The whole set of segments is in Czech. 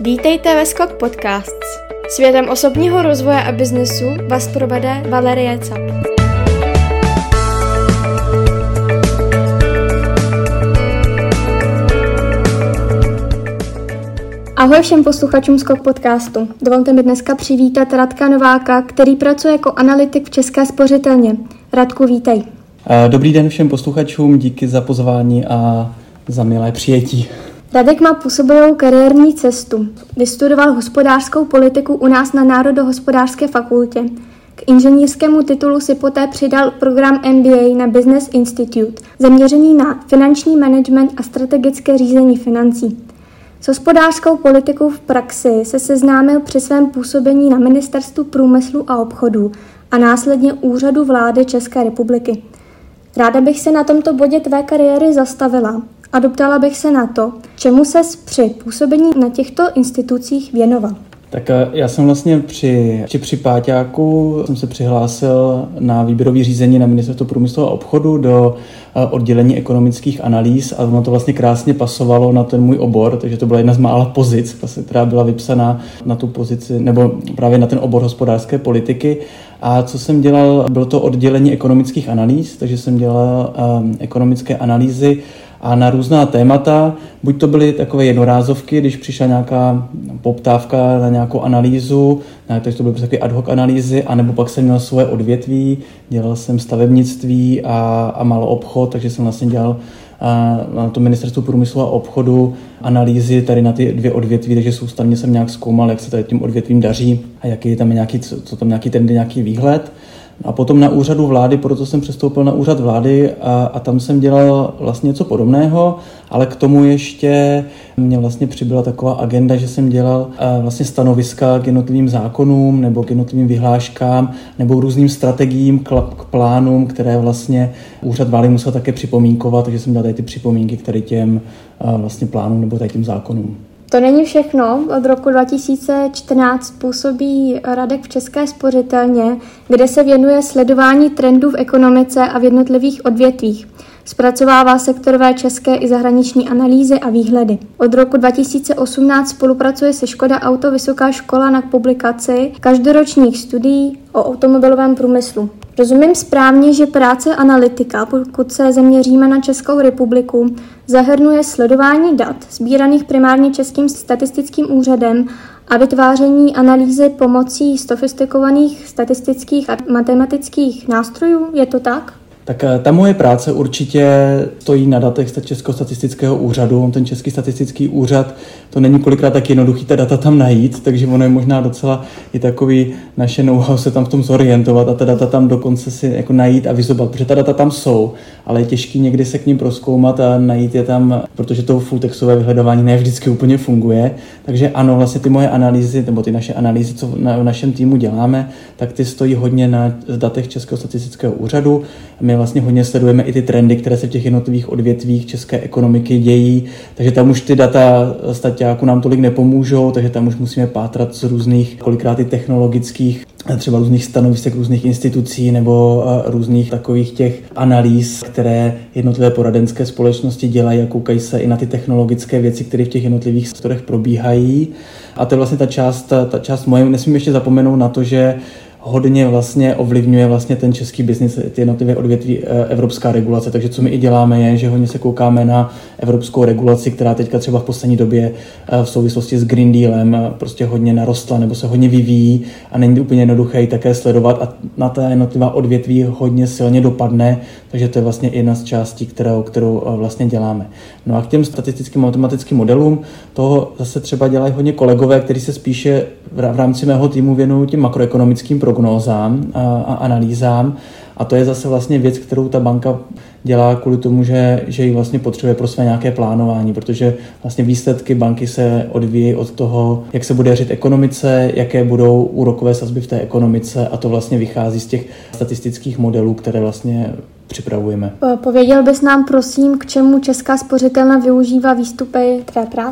Vítejte ve Skok Podcasts. Světem osobního rozvoje a biznesu vás provede Valerie Cap. Ahoj všem posluchačům Skok Podcastu. Dovolte mi dneska přivítat Radka Nováka, který pracuje jako analytik v České spořitelně. Radku, vítej. Dobrý den všem posluchačům, díky za pozvání a za milé přijetí. Radek má působivou kariérní cestu. Vystudoval hospodářskou politiku u nás na Národohospodářské fakultě. K inženýrskému titulu si poté přidal program MBA na Business Institute, zaměřený na finanční management a strategické řízení financí. S hospodářskou politikou v praxi se seznámil při svém působení na Ministerstvu průmyslu a obchodu a následně Úřadu vlády České republiky. Ráda bych se na tomto bodě tvé kariéry zastavila a doptala bych se na to, čemu ses při působení na těchto institucích věnoval. Tak já jsem vlastně při páťáku jsem se přihlásil na výběrové řízení na Ministerstvu průmyslu a obchodu do oddělení ekonomických analýz a ono to vlastně krásně pasovalo na ten můj obor, takže to byla jedna z mála pozic, která byla vypsaná na tu pozici, nebo právě na ten obor hospodářské politiky. A co jsem dělal, bylo to oddělení ekonomických analýz, takže jsem dělal ekonomické analýzy a na různá témata, buď to byly takové jednorázovky, když přišla nějaká poptávka na nějakou analýzu, takže to byly takové ad hoc analýzy, anebo pak jsem měl svoje odvětví, dělal jsem stavebnictví a maloobchod, takže jsem vlastně dělal na to Ministerstvu průmyslu a obchodu analýzy tady na ty dvě odvětví, takže soustavně jsem nějak zkoumal, jak se tady tím odvětvím daří a jaký tam je nějaký trendy, nějaký výhled. A potom na úřadu vlády, proto jsem přestoupil na úřad vlády a tam jsem dělal vlastně něco podobného, ale k tomu ještě mě vlastně přibyla taková agenda, že jsem dělal vlastně stanoviska k jednotlivým zákonům nebo k jednotlivým vyhláškám nebo různým strategiím, k plánům, které vlastně úřad vlády musel také připomínkovat, takže jsem dělal tady ty připomínky k tady těm vlastně plánům nebo tady těm zákonům. To není všechno. Od roku 2014 působí Radek v České spořitelně, kde se věnuje sledování trendů v ekonomice a v jednotlivých odvětvích. Zpracovává sektorové české i zahraniční analýzy a výhledy. Od roku 2018 spolupracuje se Škoda Auto Vysoká škola na publikaci každoročních studií o automobilovém průmyslu. Rozumím správně, že práce analytika, pokud se zaměříme na Českou republiku, zahrnuje sledování dat sbíraných primárně Českým statistickým úřadem a vytváření analýzy pomocí sofistikovaných statistických a matematických nástrojů, je to tak? Tak ta moje práce určitě stojí na datech Českého statistického úřadu. Ten Český statistický úřad, to není kolikrát tak jednoduchý ta data tam najít, takže ono je možná docela i takový naše know-how se tam v tom zorientovat a ta data tam dokonce si jako najít a vyzobat, protože ta data tam jsou, ale je těžký někdy se k ním prozkoumat a najít je tam, protože to full-textové vyhledávání ne vždycky úplně funguje. Takže ano, vlastně ty moje analýzy, nebo ty naše analýzy, co v našem týmu děláme, tak ty stojí hodně na datech Českého statistického úřadu. My vlastně hodně sledujeme i ty trendy, které se v těch jednotlivých odvětvích české ekonomiky dějí, takže tam už ty data statiáku nám tolik nepomůžou, takže tam už musíme pátrat z různých, kolikrát i technologických, třeba různých stanovisek, různých institucí nebo různých takových těch analýz, které jednotlivé poradenské společnosti dělají a koukají se i na ty technologické věci, které v těch jednotlivých sektorech probíhají. A to je vlastně ta část moje. Nesmím ještě zapomenout na to, že hodně vlastně ovlivňuje vlastně ten český biznis, ty jednotlivé odvětví evropská regulace. Takže co my i děláme je, že hodně se koukáme na evropskou regulaci, která teďka třeba v poslední době v souvislosti s Green Dealem prostě hodně narostla nebo se hodně vyvíjí a není úplně jednoduché ji také sledovat a na ta jednotlivá odvětví hodně silně dopadne, takže to je vlastně jedna z částí, kterou vlastně děláme. No a k těm statistickým matematickým modelům toho zase třeba dělají hodně kolegové, kteří se spíše v rámci mého týmu věnují těm makroekonomickým prognózám a analýzám. A to je zase vlastně věc, kterou ta banka dělá kvůli tomu, že ji vlastně potřebuje pro své nějaké plánování, protože vlastně výsledky banky se odvíjí od toho, jak se bude dařit ekonomice, jaké budou úrokové sazby v té ekonomice a to vlastně vychází z těch statistických modelů, které vlastně připravujeme. Pověděl bys nám prosím, k čemu Česká spořitelna využívá výstupy tvé práce?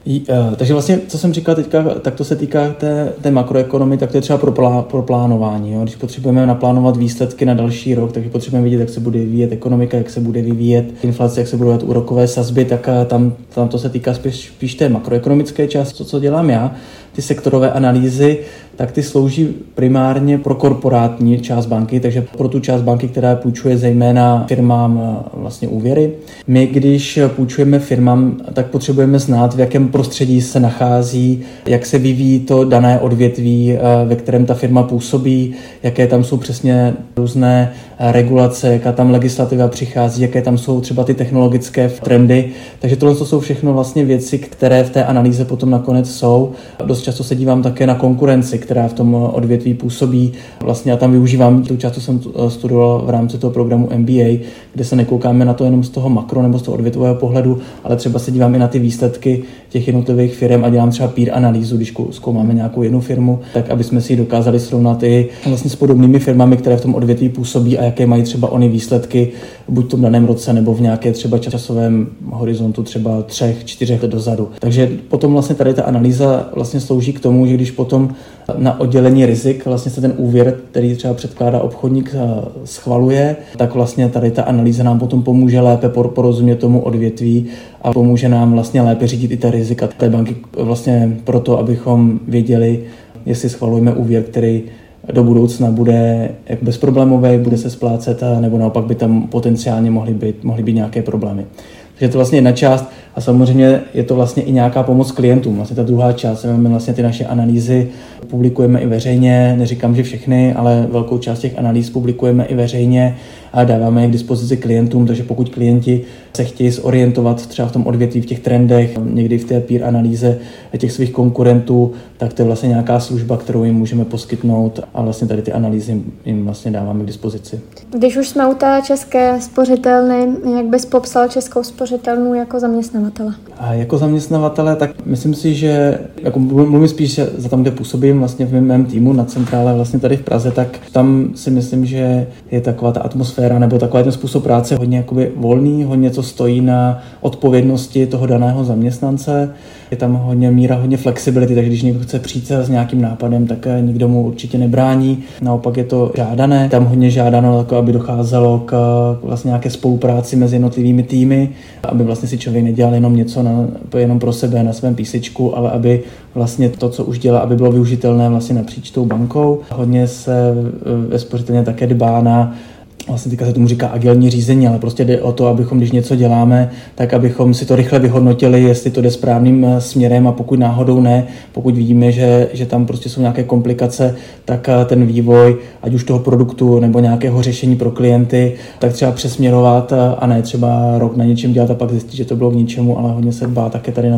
Takže vlastně, co jsem říkal teďka, tak to se týká té makroekonomie, tak to je třeba pro plánování. Jo? Když potřebujeme naplánovat výsledky na další rok, takže potřebujeme vidět, jak se bude vyvíjet ekonomika, jak se bude vyvíjet inflace, jak se budou dělat úrokové sazby, tak tam to se týká spíš té makroekonomické části. Co dělám já, ty sektorové analýzy, tak ty slouží primárně pro korporátní část banky, takže pro tu část banky, která půjčuje zejména firmám vlastně úvěry. My, když půjčujeme firmám, tak potřebujeme znát, v jakém prostředí se nachází, jak se vyvíjí to dané odvětví, ve kterém ta firma působí, jaké tam jsou přesně různé regulace, jaká tam legislativa přichází, jaké tam jsou třeba ty technologické trendy. Takže tohle jsou všechno vlastně věci, které v té analýze potom nakonec jsou. Dost často se dívám také na konkurenci, která v tom odvětví působí. Vlastně já tam využívám, tu často jsem studoval v rámci toho programu MBA, kde se nekoukáme na to jenom z toho makro nebo z toho odvětvového pohledu, ale třeba se dívám i na ty výsledky těch jednotlivých firm a dělám třeba peer analýzu, když zkoumáme nějakou jednu firmu, tak aby jsme si ji dokázali srovnat i vlastně s podobnými firmami, které v tom odvětví působí a jaké mají třeba ony výsledky buď v tom daném roce nebo v nějaké třeba časovém horizontu třeba 3-4 let dozadu. Takže potom vlastně tady ta analýza vlastně slouží k tomu, že když potom na oddělení rizik vlastně se ten úvěr, který třeba předkládá obchodník, schvaluje, tak vlastně tady ta analýza nám potom pomůže lépe porozumět tomu odvětví a pomůže nám vlastně lépe řídit i ta rizika té banky vlastně proto, abychom věděli, jestli schvalujeme úvěr, který do budoucna bude jak bezproblémový, bude se splácet, nebo naopak by tam potenciálně mohly být nějaké problémy. Takže to je vlastně jedna část a samozřejmě je to vlastně i nějaká pomoc klientům. Vlastně ta druhá část, my vlastně ty naše analýzy publikujeme i veřejně, neříkám, že všechny, ale velkou část těch analýz publikujeme i veřejně a dáváme je k dispozici klientům, takže pokud klienti se chtějí zorientovat třeba v tom odvětví, v těch trendech, někdy v té peer analýze těch svých konkurentů, tak to je vlastně nějaká služba, kterou jim můžeme poskytnout a vlastně tady ty analýzy jim vlastně dáváme k dispozici. Když už jsme u té České spořitelny, jak bys popsal Českou spořitelnu jako zaměstnavatele? A jako zaměstnavatele, tak myslím si, že jako mluvím spíš za tam, kde působím vlastně v mém týmu na centrále vlastně tady v Praze, tak tam si myslím, že je taková ta atmosféra nebo takový ten způsob práce hodně jakoby volný, hodně co stojí na odpovědnosti toho daného zaměstnance. Je tam hodně flexibility, takže když někdo chce přijít s nějakým nápadem, tak nikdo mu určitě nebrání. Naopak je to žádané. Tam hodně žádáno, jako aby docházelo k vlastně nějaké spolupráci mezi jednotlivými týmy, aby vlastně si člověk nedělal jenom něco jenom pro sebe na svém písečku, ale aby vlastně to, co už dělá, aby bylo využitelné vlastně napříč tou bankou. Hodně se ve spořitelně také dbá na vlastně teďka se tomu říká agilní řízení, ale prostě jde o to, abychom, když něco děláme, tak abychom si to rychle vyhodnotili, jestli to jde správným směrem a pokud náhodou ne, pokud vidíme, že tam prostě jsou nějaké komplikace, tak ten vývoj, ať už toho produktu nebo nějakého řešení pro klienty, tak třeba přesměrovat a ne třeba rok na něčem dělat a pak zjistit, že to bylo k ničemu, ale hodně se dbá také tady na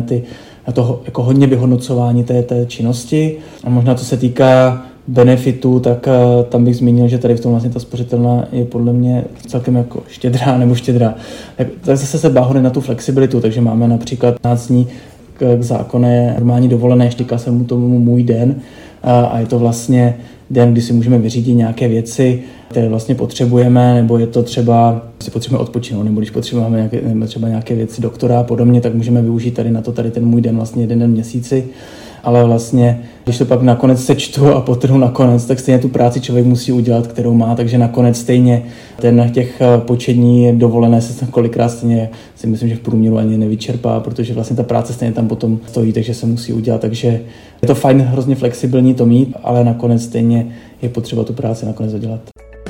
to jako hodně vyhodnocování té činnosti. A možná co se týká benefitu, tak tam bych zmínil, že tady v tom vlastně ta spořitelna je podle mě celkem jako štědrá. Tak zase se báhne na tu flexibilitu, takže máme například 15 dní k zákonné normální dovolené, říká se mu tomu můj den a je to vlastně den, kdy si můžeme vyřídit nějaké věci, které vlastně potřebujeme, nebo je to třeba, si potřebujeme odpočinout, nebo když potřebujeme třeba nějaké věci doktora a podobně, tak můžeme využít tady ten můj den, vlastně jeden den v měsíci. Ale vlastně, když to pak nakonec sečtu a potrhnu nakonec, tak stejně tu práci člověk musí udělat, kterou má, takže nakonec stejně těch početní dovolené se kolikrát stejně si myslím, že v průměru ani nevyčerpá, protože vlastně ta práce stejně tam potom stojí, takže se musí udělat, takže je to fajn, hrozně flexibilní to mít, ale nakonec stejně je potřeba tu práci nakonec udělat.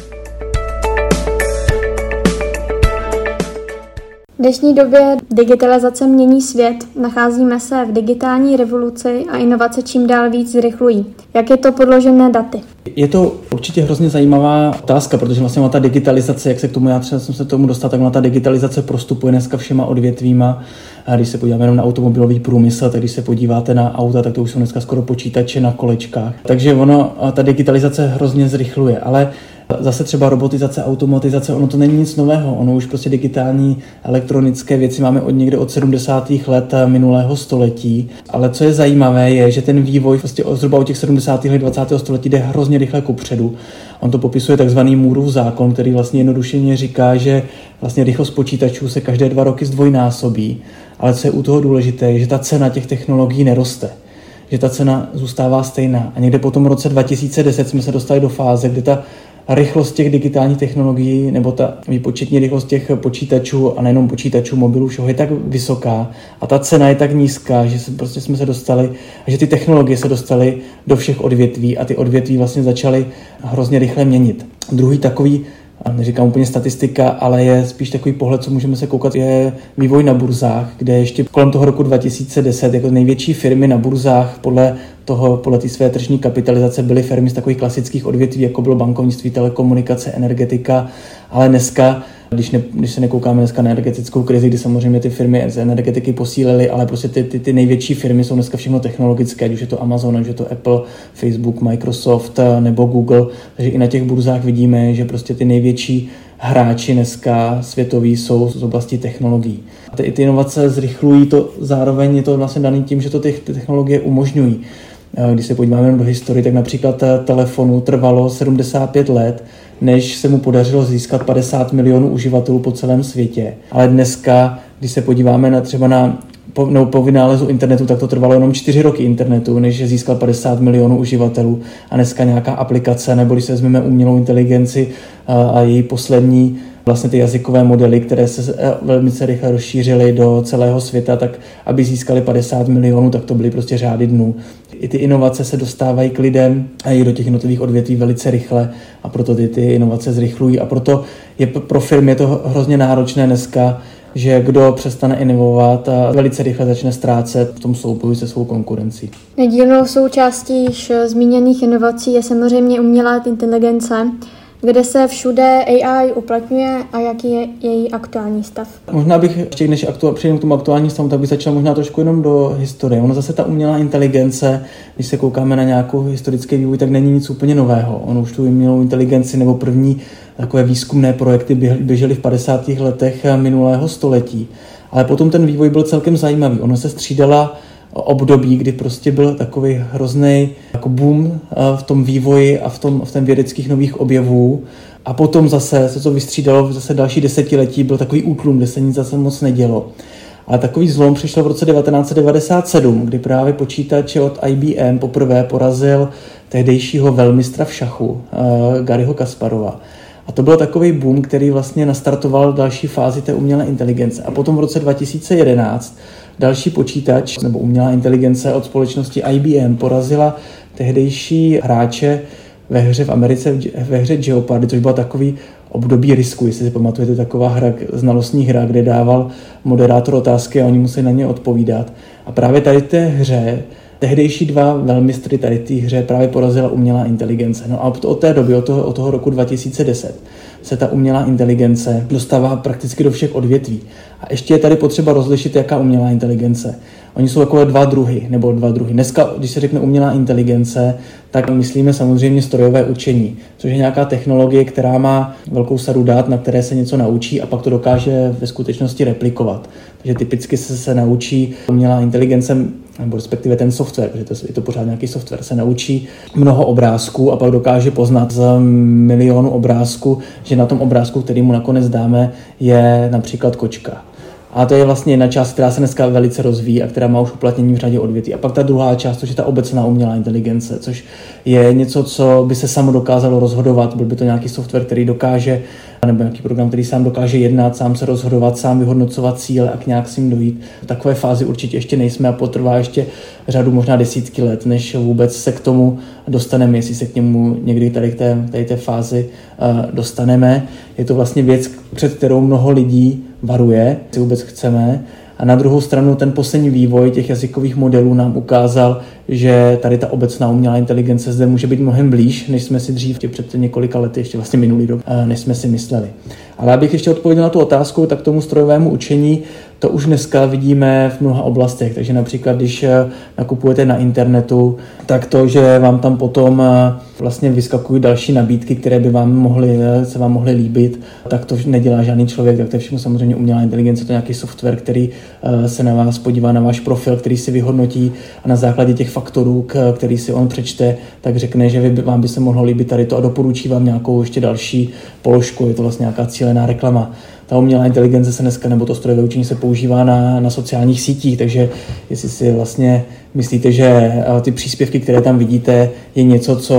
V dnešní době digitalizace mění svět, nacházíme se v digitální revoluci a inovace čím dál víc zrychlují. Jak je to podložené daty? Je to určitě hrozně zajímavá otázka, protože vlastně ta digitalizace, jak se k tomu, já třeba jsem se k tomu dostal, tak ta digitalizace prostupuje dneska všema odvětvíma. A když se podíváme jenom na automobilový průmysl, tak když se podíváte na auta, tak to už jsou dneska skoro počítače na kolečkách. Takže ta digitalizace hrozně zrychluje, ale zase třeba robotizace, automatizace, ono to není nic nového, ono už prostě digitální elektronické věci máme někde od 70. let minulého století, ale co je zajímavé je, že ten vývoj prostě zhruba od těch 70. let 20. století jde hrozně rychle kupředu. On to popisuje takzvaný Moorův zákon, který vlastně jednodušeně říká, že vlastně rychlost počítačů se každé 2 roky zdvojnásobí ale co je u toho důležité, je, že ta cena těch technologií neroste, že ta cena zůstává stejná. A někde po tom roce 2010 jsme se dostali do fáze, kdy ta rychlost těch digitálních technologií nebo ta výpočetní rychlost těch počítačů a nejenom počítačů, mobilů, všeho je tak vysoká a ta cena je tak nízká, že jsme se dostali, že ty technologie se dostaly do všech odvětví a ty odvětví vlastně začaly hrozně rychle měnit. Druhý takový, neříkám úplně statistika, ale je spíš takový pohled, co můžeme se koukat, je vývoj na burzách, kde ještě kolem toho roku 2010 jako největší firmy na burzách podle té své tržní kapitalizace byly firmy z takových klasických odvětví, jako bylo bankovnictví, telekomunikace, energetika, ale dneska, když se nekoukáme dneska na energetickou krizi, kdy samozřejmě ty firmy z energetiky posílily, ale prostě ty největší firmy jsou dneska všechno technologické, ať už je to Amazon, ať už je to Apple, Facebook, Microsoft nebo Google, takže i na těch burzách vidíme, že prostě ty největší hráči dneska světoví jsou z oblasti technologií. Ty inovace zrychlují to, zároveň je to vlastně daný tím, že to ty technologie umožňují. Když se podíváme do historie, tak například telefonu trvalo 75 let, než se mu podařilo získat 50 milionů uživatelů po celém světě. Ale dneska, když se podíváme po vynálezu internetu, tak to trvalo jenom 4 roky internetu, než získal 50 milionů uživatelů. A dneska nějaká aplikace, nebo když se vezmeme umělou inteligenci a její poslední vlastně ty jazykové modely, které se velmi rychle rozšířily do celého světa, tak aby získali 50 milionů, tak to byly prostě řády dnů. I ty inovace se dostávají k lidem a i do těch jednotlivých odvětví velice rychle a proto ty inovace zrychlují a proto je pro firmy to hrozně náročné dneska, že kdo přestane inovovat a velice rychle začne ztrácet v tom souboji se svou konkurencí. Nedílnou součástí již zmíněných inovací je samozřejmě umělá inteligence, kde se všude AI uplatňuje a jaký je její aktuální stav. Možná bych ještě, než přejdeme k tomu aktuální stavu, tak bych začal možná trošku jenom do historie. Ono zase ta umělá inteligence, když se koukáme na nějakou historický vývoj, tak není nic úplně nového. Ono už tu umělou inteligenci nebo první takové výzkumné projekty běžely v 50. letech minulého století. Ale potom ten vývoj byl celkem zajímavý. Ono se střídala období, kdy prostě byl takový hrozný jako boom v tom vývoji a v tom vědeckých nových objevů. A potom zase se to vystřídalo, zase další desetiletí byl takový útlum, kde se nic zase moc nedělo. Ale takový zlom přišel v roce 1997, kdy právě počítač od IBM poprvé porazil tehdejšího velmistra v šachu, Garryho Kasparova. A to byl takový boom, který vlastně nastartoval další fázi té umělé inteligence. A potom v roce 2011 další počítač nebo umělá inteligence od společnosti IBM porazila tehdejší hráče ve hře v Americe, ve hře Jeopardy, což byla takový období risku, jestli si pamatujete, taková hra, znalostní hra, kde dával moderátor otázky a oni museli na ně odpovídat. A právě tady té hře tehdejší dva velmistry tady té hře právě porazila umělá inteligence. No a od té doby, od toho roku 2010, se ta umělá inteligence dostává prakticky do všech odvětví. A ještě je tady potřeba rozlišit, jaká umělá inteligence. Oni jsou takové dva druhy. Dneska, když se řekne umělá inteligence, tak myslíme samozřejmě strojové učení, což je nějaká technologie, která má velkou sadu dat, na které se něco naučí a pak to dokáže ve skutečnosti replikovat. Takže typicky se naučí umělá inteligence, nebo respektive ten software, protože je to pořád nějaký software, se naučí mnoho obrázků a pak dokáže poznat z milionu obrázků, že na tom obrázku, který mu nakonec dáme, je například kočka. A to je vlastně jedna část, která se dneska velice rozvíjí a která má už uplatnění v řadě odvětví. A pak ta druhá část, což je ta obecná umělá inteligence, což je něco, co by se samo dokázalo rozhodovat. Byl by to nějaký software, který dokáže, nebo nějaký program, který sám dokáže jednat, sám se rozhodovat, sám vyhodnocovat cíle a k nějak s ním dojít. V takové fázi určitě ještě nejsme a potrvá ještě řadu, možná desítky let, než vůbec se k tomu dostaneme, jestli se k němu někdy tady té fázi dostaneme. Je to vlastně věc, před kterou mnoho lidí varuje, si vůbec chceme. A na druhou stranu ten poslední vývoj těch jazykových modelů nám ukázal, že tady ta obecná umělá inteligence zde může být mnohem blíž, než jsme si dřív před několika lety, ještě vlastně minulý rok, než jsme si mysleli. Ale abych ještě odpověděl na tu otázku, tak tomu strojovému učení, to už dneska vidíme v mnoha oblastech. Takže například, když nakupujete na internetu, tak to, že vám tam potom vlastně vyskakují další nabídky, které by se vám mohly líbit, tak to nedělá žádný člověk, tak to je všechno samozřejmě umělá inteligence, to je nějaký software, který se na vás podívá, na váš profil, který si vyhodnotí a na základě těch faktorů, který si on přečte, tak řekne, že vám by se mohlo líbit tady to a doporučí vám nějakou ještě další položku, je to vlastně nějaká cílená reklama. ta umělá inteligence se dneska, nebo to strojové učení se používá na sociálních sítích, takže jestli si vlastně myslíte, že ty příspěvky, které tam vidíte, je něco, co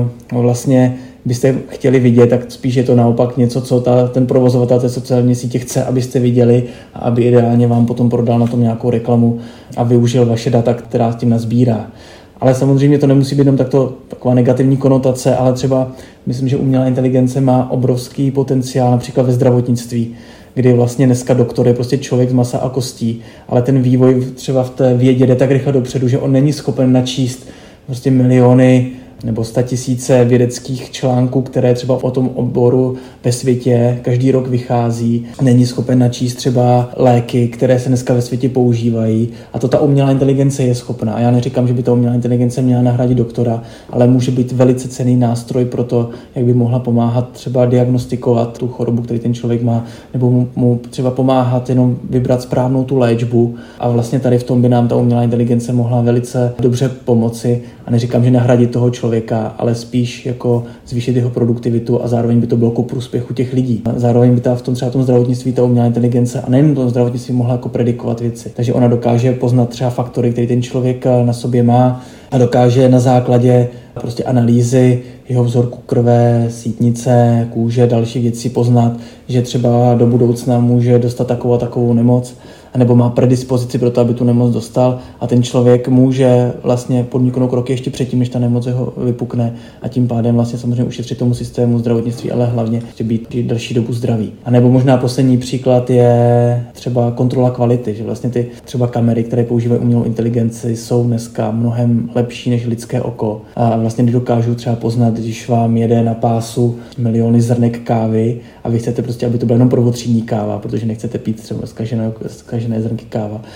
vlastně byste chtěli vidět, tak spíš je to naopak něco, co ten provozovatel té sociální sítě chce, abyste viděli a aby ideálně vám potom prodal na tom nějakou reklamu a využil vaše data, která s tím nazbírá. Ale samozřejmě to nemusí být jenom taková negativní konotace, ale třeba myslím, že umělá inteligence má obrovský potenciál například ve zdravotnictví, kdy vlastně dneska doktor je prostě člověk z masa a kostí, ale ten vývoj třeba v té vědě jde tak rychle dopředu, že on není schopen načíst prostě miliony nebo 100 000 vědeckých článků, které třeba o tom oboru ve světě každý rok vychází. Není schopen načíst třeba léky, které se dneska ve světě používají. A to ta umělá inteligence je schopná. A já neříkám, že by ta umělá inteligence měla nahradit doktora, ale může být velice cenný nástroj pro to, jak by mohla pomáhat třeba diagnostikovat tu chorobu, který ten člověk má, nebo mu třeba pomáhat jenom vybrat správnou tu léčbu. A vlastně tady v tom by nám ta umělá inteligence mohla velice dobře pomoci. A neříkám, že nahradit toho člověka, ale spíš jako zvýšit jeho produktivitu a zároveň by to bylo ku prospěchu těch lidí. A zároveň by v tom zdravotnictví ta umělá inteligence a nejen v tom zdravotnictví mohla jako predikovat věci. Takže ona dokáže poznat třeba faktory, které ten člověk na sobě má a dokáže na základě prostě analýzy jeho vzorku krve, sítnice, kůže, další věci poznat, že třeba do budoucna může dostat takovou nemoc, nebo má predispozici pro to, aby tu nemoc dostal a ten člověk může vlastně podniknout kroky ještě předtím, než ta nemoc ho vypukne a tím pádem vlastně samozřejmě ušetřit tomu systému zdravotnictví, ale hlavně být delší dobu zdravý. A nebo možná poslední příklad je třeba kontrola kvality, že vlastně ty třeba kamery, které používají umělou inteligenci, jsou dneska mnohem lepší než lidské oko a vlastně dokážou třeba poznat, když vám jede na pásu miliony zrnek kávy a vy chcete prostě, aby to byla jenom prvotřídní káva, protože nechcete pít třeba zkažené zrnky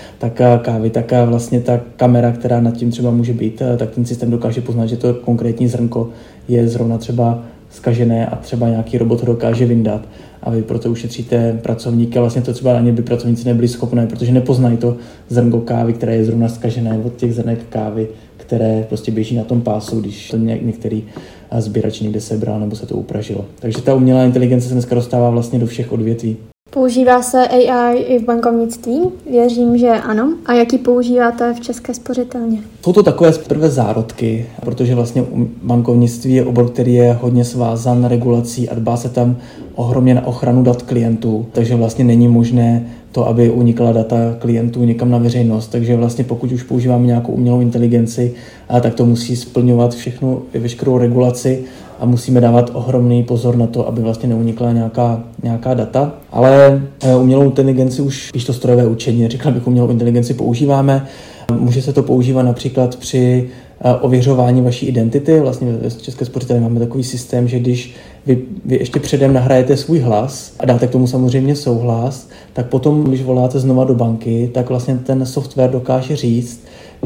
kávy, tak vlastně ta kamera, která nad tím třeba může být, tak ten systém dokáže poznat, že to konkrétní zrnko je zrovna třeba zkažené a třeba nějaký robot ho dokáže vyndat a vy proto ušetříte pracovníky a vlastně to třeba ani by pracovníci nebyli schopné, protože nepoznají to zrnko kávy, které je zrovna zkažené od těch zrnek kávy, které prostě běží na tom pásu, když to některý sběrač někde sebral nebo se to upražilo. Takže ta umělá inteligence se dneska dostává vlastně do všech odvětví. Používá se AI i v bankovnictví? Věřím, že ano. A jaký používáte v České spořitelně? Jsou to takové prvé zárodky, protože vlastně bankovnictví je obor, který je hodně svázan regulací a dbá se tam ohromně na ochranu dat klientů, takže vlastně není možné to, aby unikla data klientů někam na veřejnost. Takže vlastně pokud už používáme nějakou umělou inteligenci, tak to musí splňovat veškerou regulaci a musíme dávat ohromný pozor na to, aby vlastně neunikla nějaká data. Ale umělou inteligenci už, spíš to strojové učení, neříkal bych umělou inteligenci používáme. Může se to používat například při ověřování vaší identity. Vlastně v České spořitelně máme takový systém, že když vy ještě předem nahrajete svůj hlas a dáte k tomu samozřejmě souhlas, tak potom, když voláte znova do banky, tak vlastně ten software dokáže říct,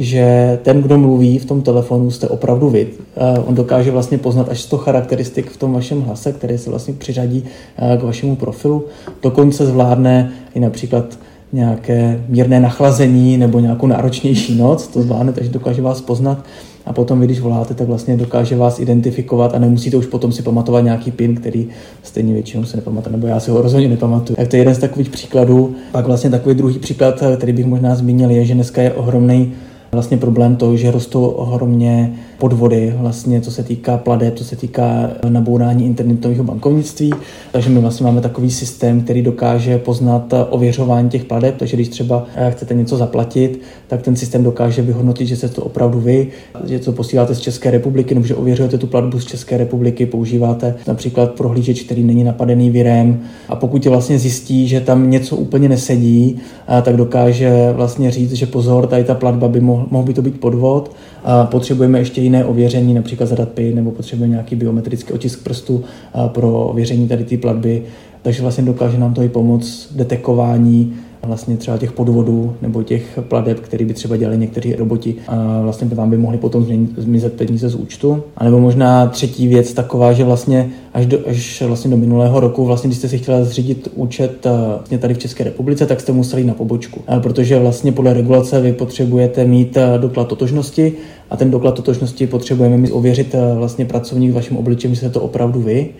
že ten, kdo mluví v tom telefonu, jste opravdu vy. On dokáže vlastně poznat až 100 charakteristik v tom vašem hlase, které se vlastně přiřadí k vašemu profilu. Dokonce zvládne i například nějaké mírné nachlazení nebo nějakou náročnější noc, to zvládne, takže dokáže vás poznat a potom vy, když voláte, tak vlastně dokáže vás identifikovat a nemusíte už potom si pamatovat nějaký PIN, který stejně většinou se nepamatuje, nebo já si ho rozhodně nepamatuju. Tak to je jeden z takových příkladů. Pak vlastně takový druhý příklad, který bych možná zmínil, je, že dneska je ohromný vlastně problém to, že rostou ohromně podvody, vlastně co se týká plateb, co se týká nabourání internetového bankovnictví. Takže my vlastně máme takový systém, který dokáže poznat ověřování těch plateb, takže když třeba chcete něco zaplatit, tak ten systém dokáže vyhodnotit, že se to opravdu vy, že to posíláte z České republiky, nebo že ověřujete tu platbu z České republiky, používáte například prohlížeč, který není napadený virem a pokud vlastně zjistí, že tam něco úplně nesedí, tak dokáže vlastně říct, že pozor, tady ta platba by mohl by to být podvod. Potřebujeme ještě jiné ověření, například zadat PIN, nebo potřebujeme nějaký biometrický otisk prstu pro ověření tady té platby. Takže vlastně dokáže nám to i pomoct detekování vlastně třeba těch podvodů nebo těch plateb, které by třeba dělali někteří roboti a vlastně vám by mohli potom zmizet peníze z účtu. A nebo možná třetí věc taková, že vlastně až vlastně do minulého roku, vlastně když jste si chtěla zřídit účet vlastně tady v České republice, tak jste museli jít na pobočku. Protože vlastně podle regulace vy potřebujete mít doklad totožnosti a ten doklad totožnosti potřebujeme mít ověřit vlastně pracovník v vašem obličeji, že jste to opravdu vy.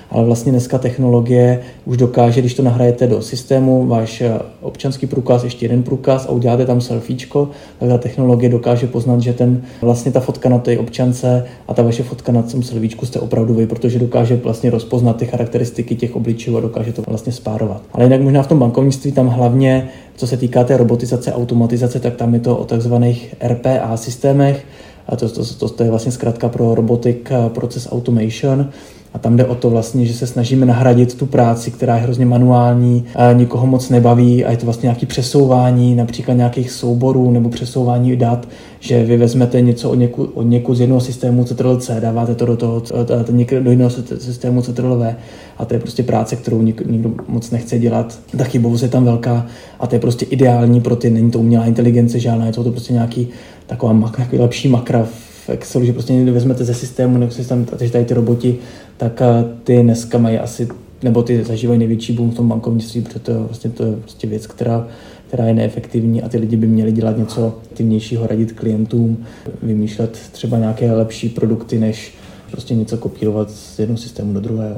ale vlastně dneska technologie už dokáže, když to nahrajete do systému, váš občanský průkaz, ještě jeden průkaz a uděláte tam selfiečko, tak ta technologie dokáže poznat, že vlastně ta fotka na té občance a ta vaše fotka na tom selfiečku jste opravdu vy, protože dokáže vlastně rozpoznat ty charakteristiky těch obličejů a dokáže to vlastně spárovat. Ale jinak možná v tom bankovnictví tam hlavně, co se týká té robotizace, automatizace, tak tam je to o takzvaných RPA systémech. A to je vlastně zkrátka pro Robotic Process Automation. A tam jde o to vlastně, že se snažíme nahradit tu práci, která je hrozně manuální, a nikoho moc nebaví a je to vlastně nějaké přesouvání, například nějakých souborů nebo přesouvání dat, že vy vezmete něco od někud z jednoho systému CTRL-C, dáváte to do jiného systému CTRL-V a to je prostě práce, kterou nikdo moc nechce dělat. Ta chybovost je tam velká a to je prostě ideální pro ty, není to umělá inteligence žádná, je to prostě nějaký lepší makra v Excelu, že prostě někdy vezmete ze systému, nebo systém, takže tady ty roboti, tak ty dneska mají asi, nebo ty zažívají největší boom v tom bankovnictví, protože to je prostě věc, která je neefektivní a ty lidi by měli dělat něco aktivnějšího, radit klientům, vymýšlet třeba nějaké lepší produkty, než prostě něco kopírovat z jednoho systému do druhého.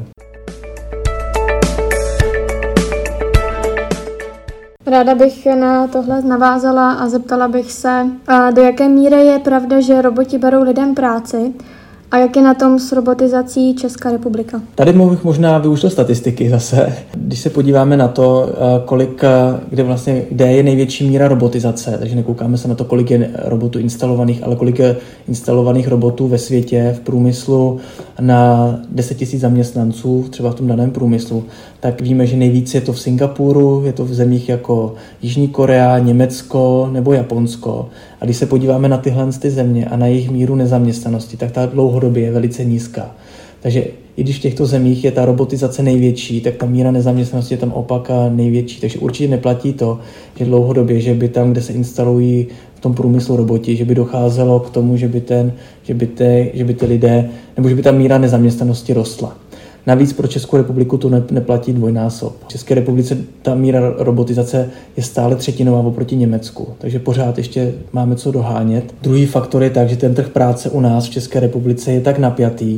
Ráda bych na tohle navázala a zeptala bych se, do jaké míry je pravda, že roboti berou lidem práci a jak je na tom s robotizací Česká republika? Tady bych možná využil statistiky zase. Když se podíváme na to, kde je největší míra robotizace, takže nekoukáme se na to, kolik je robotů instalovaných, ale kolik je instalovaných robotů ve světě, v průmyslu na 10 000 zaměstnanců, třeba v tom daném průmyslu, tak víme, že nejvíc je to v Singapuru, je to v zemích jako Jižní Korea, Německo nebo Japonsko. A když se podíváme na tyhle země a na jejich míru nezaměstnanosti, tak ta dlouhodobě je velice nízká. Takže i když v těchto zemích je ta robotizace největší, tak ta míra nezaměstnanosti je tam opak největší. Takže určitě neplatí to, že dlouhodobě, že by tam, kde se instalují v tom průmyslu roboti, že by docházelo k tomu, že by ty lidé, nebo že by ta míra nezaměstnanosti rostla. Navíc pro Českou republiku to neplatí dvojnásob. V České republice ta míra robotizace je stále třetinová oproti Německu, takže pořád ještě máme co dohánět. Druhý faktor je tak, že ten trh práce u nás v České republice je tak napjatý,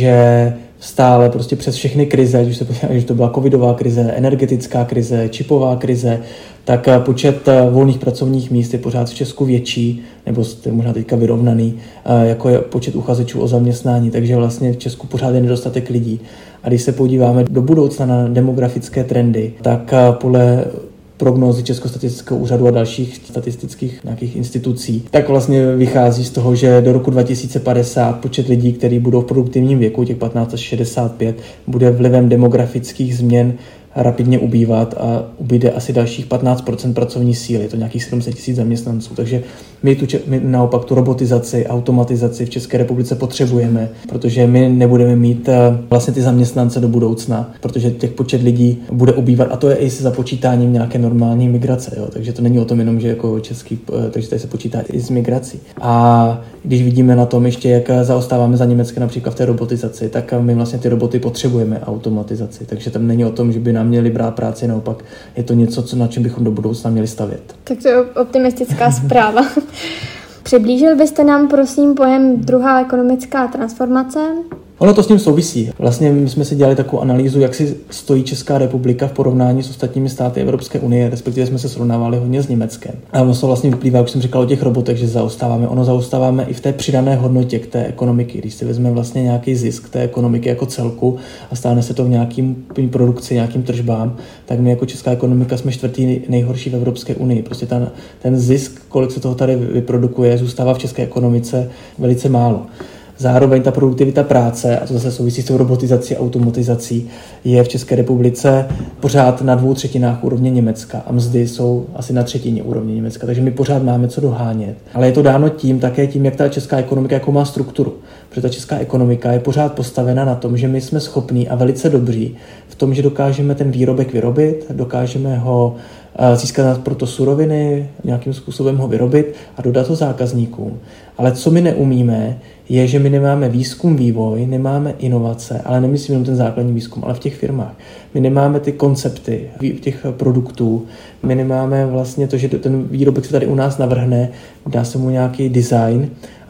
že stále prostě přes všechny krize, když se podíváme, že to byla covidová krize, energetická krize, čipová krize, tak počet volných pracovních míst je pořád v Česku větší, nebo je možná teďka vyrovnaný, jako je počet uchazečů o zaměstnání, takže vlastně v Česku pořád je nedostatek lidí. A když se podíváme do budoucna na demografické trendy, tak podle prognózy Českého statistického úřadu a dalších statistických nějakých institucí, tak vlastně vychází z toho, že do roku 2050 počet lidí, kteří budou v produktivním věku, těch 15 až 65, bude vlivem demografických změn rapidně ubývat a ubyde asi dalších 15% pracovní síly, to nějakých 700 000 zaměstnanců. Takže my naopak tu robotizaci, automatizaci v České republice potřebujeme, protože my nebudeme mít vlastně ty zaměstnance do budoucna, protože těch počet lidí bude ubývat a to je i se započítáním nějaké normální migrace. Jo? Takže to není o tom jenom, že jako takže tady se počítá i s migrací. A když vidíme na tom ještě, jak zaostáváme za Německem například v té robotizaci, tak my vlastně ty roboty potřebujeme automatizaci. Takže tam není o tom, že by nám měli brát práci, naopak je to něco, na čem bychom do budoucna měli stavět. Tak to je optimistická zpráva. Přiblížil byste nám, prosím, pojem druhá ekonomická transformace? Ono to s ním souvisí. Vlastně my jsme si dělali takovou analýzu, jak si stojí Česká republika v porovnání s ostatními státy Evropské unie, respektive jsme se srovnávali hodně s Německem. A ono to vlastně vyplývá, jak jsem říkal o těch robotech, že zaostáváme. Ono zaostáváme i v té přidané hodnotě k té ekonomiky. Když si vezme vlastně nějaký zisk té ekonomiky jako celku a stáne se to v nějakým produkci, nějakým tržbám, tak my jako česká ekonomika jsme čtvrtý nejhorší v Evropské unii. Prostě ten zisk, kolik se toho tady vyprodukuje, zůstává v české ekonomice velice málo. Zároveň ta produktivita práce, a to zase souvisí s tou robotizací a automatizací, je v České republice pořád na 2/3 úrovně Německa a mzdy jsou asi na 1/3 úrovně Německa, takže my pořád máme co dohánět. Ale je to dáno také tím, jak ta česká ekonomika jako má strukturu. Protože ta česká ekonomika je pořád postavena na tom, že my jsme schopní a velice dobří v tom, že dokážeme ten výrobek vyrobit, dokážeme ho získat proto suroviny, nějakým způsobem ho vyrobit a dodat ho zákazníkům. Ale co my neumíme, je, že my nemáme výzkum, vývoj, nemáme inovace, ale nemyslím jenom ten základní výzkum, ale v těch firmách. My nemáme ty koncepty těch produktů, my nemáme vlastně to, že ten výrobek se tady u nás navrhne, dá se mu nějaký design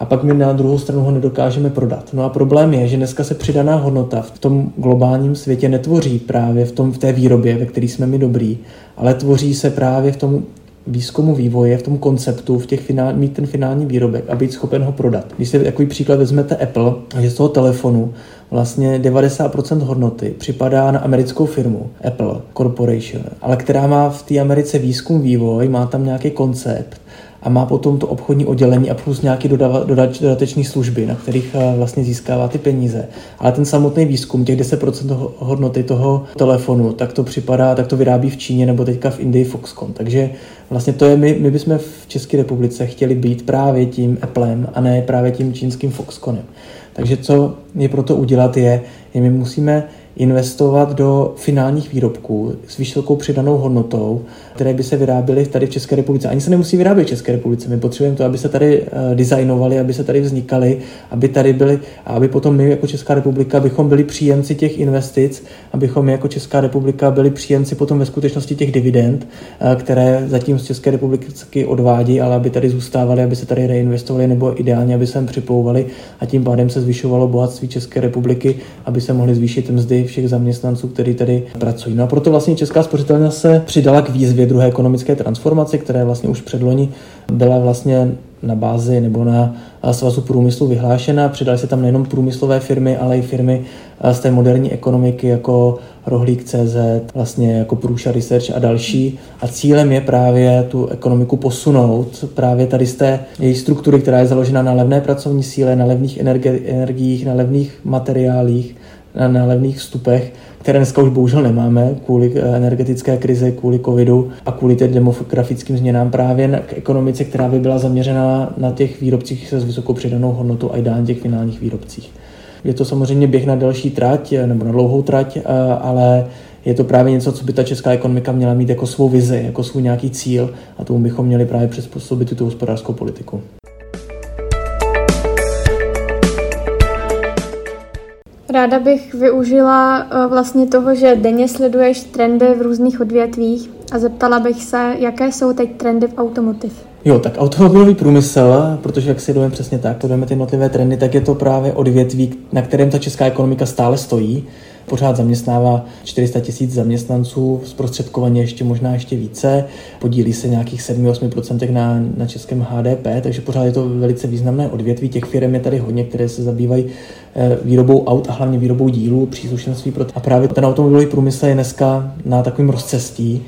a pak my na druhou stranu ho nedokážeme prodat. No a problém je, že dneska se přidaná hodnota v tom globálním světě netvoří právě v té výrobě, ve které jsme my dobrý, ale tvoří se právě v tom výzkumu vývoje, v tom konceptu, mít ten finální výrobek a být schopen ho prodat. Když si takový příklad vezmete Apple, že z toho telefonu vlastně 90% hodnoty připadá na americkou firmu Apple Corporation, ale která má v té Americe výzkum vývoj, má tam nějaký koncept a má potom to obchodní oddělení a plus nějaké dodatečné služby, na kterých vlastně získává ty peníze. Ale ten samotný výzkum, těch 10% hodnoty toho telefonu, tak to vyrábí v Číně nebo teďka v Indii Foxconn. Takže vlastně to je, my bychom v České republice chtěli být právě tím Applem a ne právě tím čínským Foxconnem. Takže co je pro to udělat je my musíme investovat do finálních výrobků s vysokou přidanou hodnotou, které by se vyráběly tady v České republice. Ani se nemusí vyrábět v České republice. My potřebujeme to, aby se tady designovaly, aby se tady vznikaly, aby tady byly a aby potom my jako Česká republika bychom byli příjemci těch investic, abychom my jako Česká republika byli příjemci potom ve skutečnosti těch dividend, které zatím z České republiky odvádí, ale aby tady zůstávaly, aby se tady reinvestovaly nebo ideálně, aby se sem připlouvaly a tím pádem se zvyšovalo bohatství České republiky, aby se mohly zvýšit mzdy všech zaměstnanců, kteří tady pracují. No a proto vlastně Česká spořitelna se přidala k výzvě druhé ekonomické transformace, která vlastně už předloni byla vlastně na bázi nebo na Svazu průmyslu vyhlášena. Přidaly se tam nejenom průmyslové firmy, ale i firmy z té moderní ekonomiky jako Rohlík.cz, vlastně jako Průša Research a další. A cílem je právě tu ekonomiku posunout právě tady z té její struktury, která je založena na levné pracovní síle, na levných energiích, na levných materiálích, na levných vstupech, které dneska už bohužel nemáme kvůli energetické krizi, kvůli covidu a kvůli těm demografickým změnám právě k ekonomice, která by byla zaměřena na těch výrobcích s vysokou přidanou hodnotou a ideálně těch finálních výrobcích. Je to samozřejmě běh na delší trať nebo na dlouhou trať, ale je to právě něco, co by ta česká ekonomika měla mít jako svou vizi, jako svůj nějaký cíl a tomu bychom měli právě přizpůsobit tuto hospodářskou politiku. Ráda bych využila vlastně toho, že denně sleduješ trendy v různých odvětvích a zeptala bych se, jaké jsou teď trendy v automotiv. Jo, tak automobilový průmysl, protože jak si jdeme přesně tak, sledujeme ty jednotlivé trendy, tak je to právě odvětví, na kterém ta česká ekonomika stále stojí. Pořád zaměstnává 400 000 zaměstnanců, zprostředkovaně možná ještě více, podílí se nějakých 7-8% na českém HDP, takže pořád je to velice významné odvětví. Těch firm je tady hodně, které se zabývají výrobou aut a hlavně výrobou dílů, příslušenství. A právě ten automobilový průmysl je dneska na takovém rozcestí.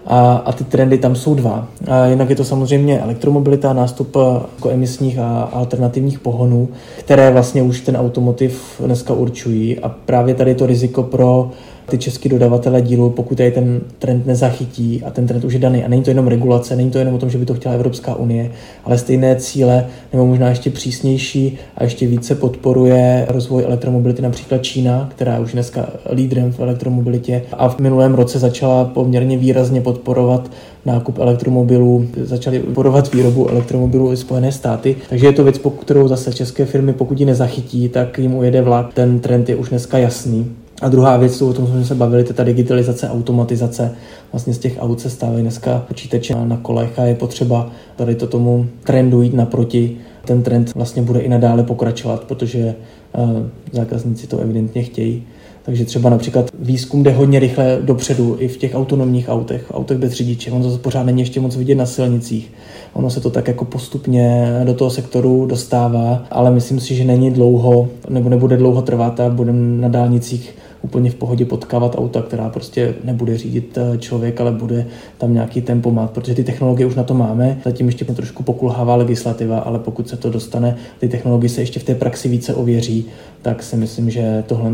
A ty trendy tam jsou dva. A jednak je to samozřejmě elektromobilita, nástup jako emisních a alternativních pohonů, které vlastně už ten automotiv dneska určují. A právě tady je to riziko pro ty český dodavatele dílu, pokud tady ten trend nezachytí a ten trend už je daný. A není to jenom regulace, není to jenom o tom, že by to chtěla Evropská unie, ale stejné cíle, nebo možná ještě přísnější a ještě více podporuje rozvoj elektromobility, například Čína, která je už dneska lídrem v elektromobilitě a v minulém roce začala poměrně výrazně podporovat nákup elektromobilů, začaly podporovat výrobu elektromobilů i Spojené státy. Takže je to věc, kterou zase české firmy, pokud ji nezachytí, tak jim ujede vlak. Ten trend je už dneska jasný. A druhá věc, o tom jsme se bavili, to je ta digitalizace, automatizace. Vlastně z těch aut se stávají dneska počítače na kolech a je potřeba tady to tomu trendu jít naproti. Ten trend vlastně bude i nadále pokračovat, protože zákazníci to evidentně chtějí. Takže třeba například výzkum jde hodně rychle dopředu i v těch autonomních autech bez řidiče. Ono to pořád není ještě moc vidět na silnicích. Ono se to tak jako postupně do toho sektoru dostává, ale myslím si, že není dlouho, nebo nebude dlouho trvat a budeme na dálnicích úplně v pohodě potkávat auta, která prostě nebude řídit člověk, ale bude tam nějaký tempomat, protože ty technologie už na to máme. Zatím ještě trošku pokulhává legislativa, ale pokud se to dostane, ty technologie se ještě v té praxi více ověří, tak si myslím, že tohle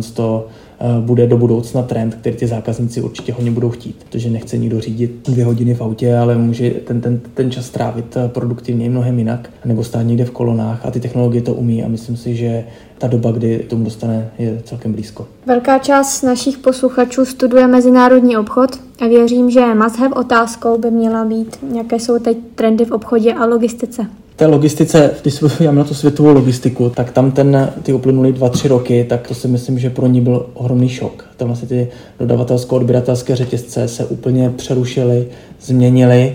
bude do budoucna trend, který ty zákazníci určitě hodně budou chtít, protože nechce nikdo řídit 2 hodiny v autě, ale může ten čas trávit produktivně mnohem jinak, nebo stát někde v kolonách a ty technologie to umí a myslím si, že ta doba, kdy tomu dostane, je celkem blízko. Velká část našich posluchačů studuje mezinárodní obchod a věřím, že must-have otázkou by měla být, jaké jsou teď trendy v obchodě a logistice. V té logistice, když se podíváme na tu světovou logistiku, tak tam ty uplynulý 2-3 roky, tak to si myslím, že pro ní byl ohromný šok. Tam vlastně ty dodavatelsko-odběratelské řetězce se úplně přerušily, změnily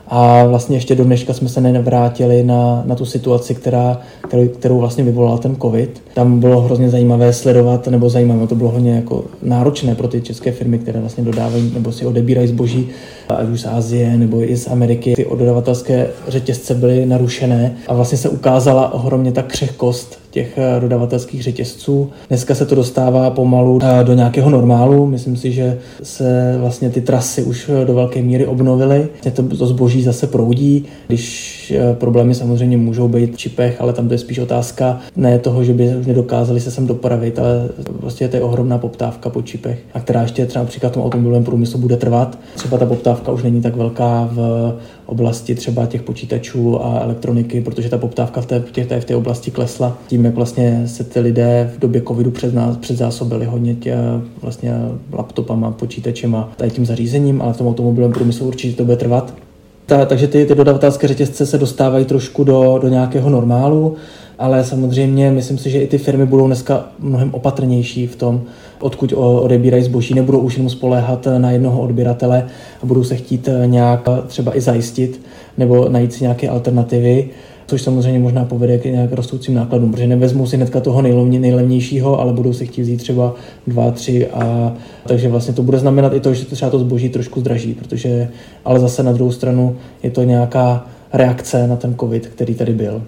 A vlastně ještě do dneška jsme se nevrátili na tu situaci, kterou vlastně vyvolal ten covid. Tam bylo hrozně zajímavé sledovat, nebo zajímavé, to bylo hodně jako náročné pro ty české firmy, které vlastně dodávají nebo si odebírají zboží, ať už z Asie nebo i z Ameriky. Ty dodavatelské řetězce byly narušené a vlastně se ukázala ohromně ta křehkost těch dodavatelských řetězců. Dneska se to dostává pomalu do nějakého normálu. Myslím si, že se vlastně ty trasy už do velké míry obnovily. To zboží zase proudí, když problémy samozřejmě můžou být v čipech, ale tam to je spíš otázka ne toho, že by už nedokázali se sem dopravit, ale prostě to je ohromná poptávka po čipech, a která ještě třeba například v tom automobilovém průmyslu bude trvat. Třeba ta poptávka už není tak velká v oblasti třeba těch počítačů a elektroniky, protože ta poptávka v té oblasti klesla. Tím, jak vlastně se ty lidé v době covidu předzásobili hodně vlastně laptopama, počítačema, tady tím zařízením, ale v tom automobilovém průmyslu určitě to bude trvat. Takže ty dodavatelské řetězce se dostávají trošku do nějakého normálu, ale samozřejmě myslím si, že i ty firmy budou dneska mnohem opatrnější v tom, odkud odebírají zboží, nebudou už jenom spoléhat na jednoho odběratele a budou se chtít nějak třeba i zajistit nebo najít si nějaké alternativy, což samozřejmě možná povede k nějak rostoucím nákladům, protože nevezmou si hnedka toho nejlevnějšího, ale budou si chtít vzít třeba 2, 3 a takže vlastně to bude znamenat i to, že třeba to zboží trošku zdraží, ale zase na druhou stranu je to nějaká reakce na ten covid, který tady byl.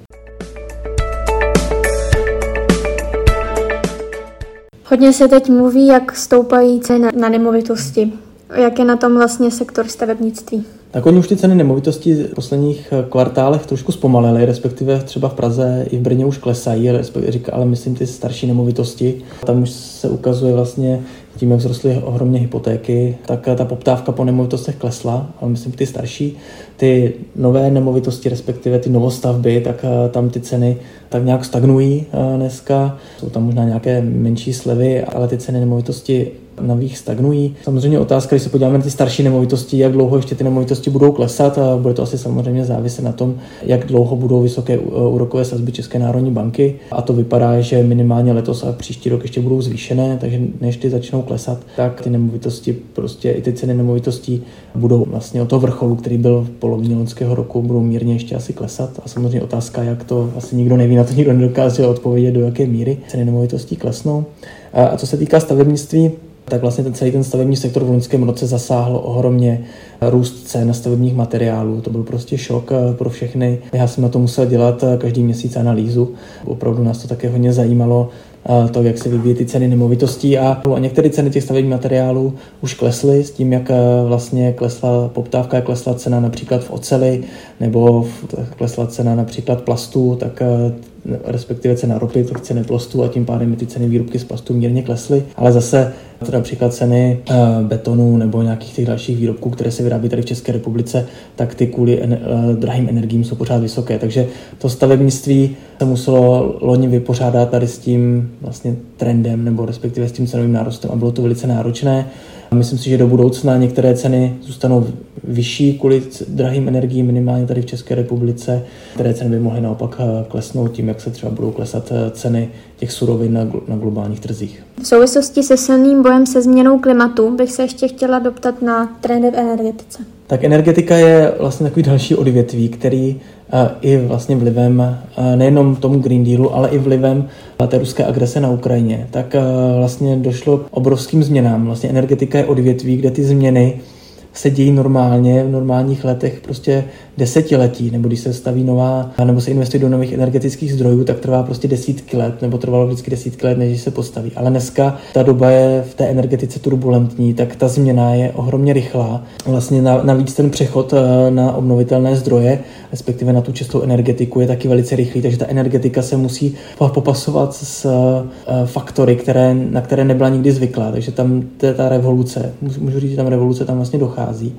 Hodně se teď mluví, jak stoupají ceny na nemovitosti. Jak je na tom vlastně sektor stavebnictví? Tak oni už ty ceny nemovitostí v posledních kvartálech trošku zpomalily, respektive třeba v Praze i v Brně už klesají, ale myslím ty starší nemovitosti. Tam už se ukazuje vlastně tím, jak vzrostly ohromně hypotéky, tak ta poptávka po nemovitostech klesla, ale myslím ty starší. Ty nové nemovitosti, respektive ty novostavby, tak tam ty ceny tak nějak stagnují dneska. Jsou tam možná nějaké menší slevy, ale ty ceny nemovitosti nových stagnují. Samozřejmě otázka, když se podíváme na ty starší nemovitosti, jak dlouho ještě ty nemovitosti budou klesat, a bude to asi samozřejmě záviset na tom, jak dlouho budou vysoké úrokové sazby České národní banky. A to vypadá, že minimálně letos a příští rok ještě budou zvýšené, takže než ty začnou klesat, tak ty nemovitosti, prostě i ty ceny nemovitostí budou vlastně od toho vrcholu, který byl v polovině loňského roku, budou mírně ještě asi klesat. A samozřejmě otázka, jak to asi nikdo neví, na to nikdo nedokáže odpovědět, do jaké míry ceny nemovitostí klesnou. A co se týká stavebnictví, tak vlastně celý ten stavební sektor v loňském roce zasáhl ohromně růst cen stavebních materiálů. To byl prostě šok pro všechny. Já jsem na to musel dělat každý měsíc analýzu. Opravdu nás to také hodně zajímalo, to, jak se vyvíjí ty ceny nemovitostí a některé ceny těch stavebních materiálů už klesly s tím, jak vlastně klesla poptávka, jak klesla cena například v oceli nebo klesla cena například plastů, tak respektive cena ropy, tak ceny plastů a tím pádem ty ceny výrobky z plastů mírně klesly, ale zase například ceny betonu nebo nějakých těch dalších výrobků, které se vyrábí tady v České republice, tak ty kvůli drahým energiím jsou pořád vysoké. Takže to stavebnictví se muselo loni vypořádat tady s tím vlastně trendem nebo respektive s tím cenovým nárůstem a bylo to velice náročné. Myslím si, že do budoucna některé ceny zůstanou vyšší kvůli drahým energiím, minimálně tady v České republice, které ceny by mohly naopak klesnout tím, jak se třeba budou klesat ceny těch surovin na globálních trzích. V souvislosti se silným bojem se změnou klimatu bych se ještě chtěla doptat na trendy v energetice. Tak energetika je vlastně takový další odvětví, který i vlastně vlivem nejenom tomu Green Dealu, ale i vlivem té ruské agrese na Ukrajině, tak vlastně došlo k obrovským změnám. Vlastně energetika je odvětví, kde ty změny se dějí normálně, v normálních letech prostě desetiletí, nebo když se staví nová, nebo se investuje do nových energetických zdrojů, tak trvá prostě desítky let, nebo trvalo vždycky desítky let, než se postaví. Ale dneska ta doba je v té energetice turbulentní, tak ta změna je ohromně rychlá. Vlastně navíc ten přechod na obnovitelné zdroje, respektive na tu čistou energetiku, je taky velice rychlý, takže ta energetika se musí popasovat s faktory, na které nebyla nikdy zvyklá. Takže tam ta revoluce, můžu říct, že tam revoluce tam vlastně dochází.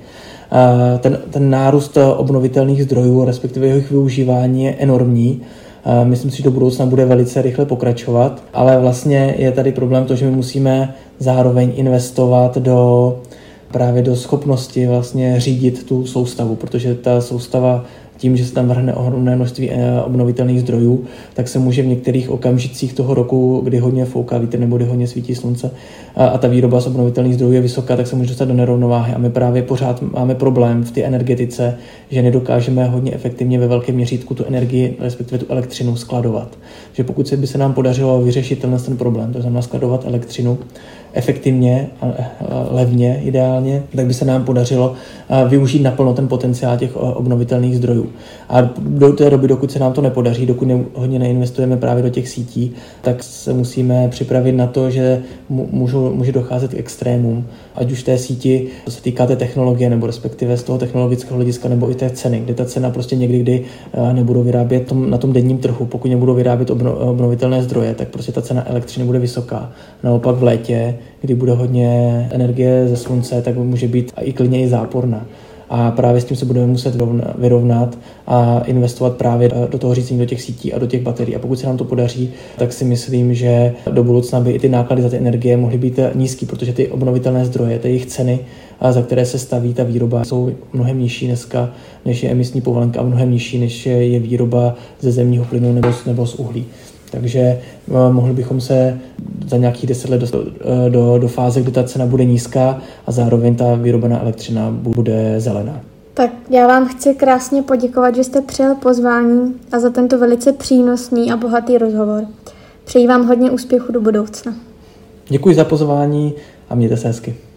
Ten nárůst obnovitelných zdrojů, respektive jejich využívání je enormní. Myslím si, že do budoucna bude velice rychle pokračovat, ale vlastně je tady problém to, že my musíme zároveň investovat právě do schopnosti vlastně řídit tu soustavu, protože ta soustava tím, že se tam vrhne ohromné množství obnovitelných zdrojů, tak se může v některých okamžicích toho roku, kdy hodně fouká vítr nebo kdy hodně svítí slunce a ta výroba z obnovitelných zdrojů je vysoká, tak se může dostat do nerovnováhy. A my právě pořád máme problém v té energetice, že nedokážeme hodně efektivně ve velkém měřítku tu energii, respektive tu elektřinu skladovat. Že pokud by se nám podařilo vyřešit ten problém, to znamená skladovat elektřinu efektivně a levně ideálně, tak by se nám podařilo využít naplno ten potenciál těch obnovitelných zdrojů. A do té doby, dokud se nám to nepodaří, dokud hodně neinvestujeme právě do těch sítí, tak se musíme připravit na to, že může docházet k extrémům, ať už té síti, co se týká té technologie, nebo respektive z toho technologického hlediska, nebo i té ceny, kde ta cena prostě někdy, kdy nebudou vyrábět na tom denním trhu, pokud nebudou vyrábět obnovitelné zdroje, tak prostě ta cena elektřiny bude vysoká. Naopak v létě, kdy bude hodně energie ze slunce, tak může být i klidně i záporná. A právě s tím se budeme muset vyrovnat a investovat právě do toho řízení, do těch sítí a do těch baterií. A pokud se nám to podaří, tak si myslím, že do budoucna by i ty náklady za ty energie mohly být nízký, protože ty obnovitelné zdroje, ty jejich ceny, za které se staví ta výroba, jsou mnohem nižší dneska, než je emisní povolenka, a mnohem nižší, než je výroba ze zemního plynu nebo z uhlí. Takže mohli bychom se za nějakých 10 let do fáze, kdy ta cena bude nízká a zároveň ta vyrobená elektřina bude zelená. Tak já vám chci krásně poděkovat, že jste přijal pozvání a za tento velice přínosný a bohatý rozhovor. Přeji vám hodně úspěchu do budoucna. Děkuji za pozvání a mějte se hezky.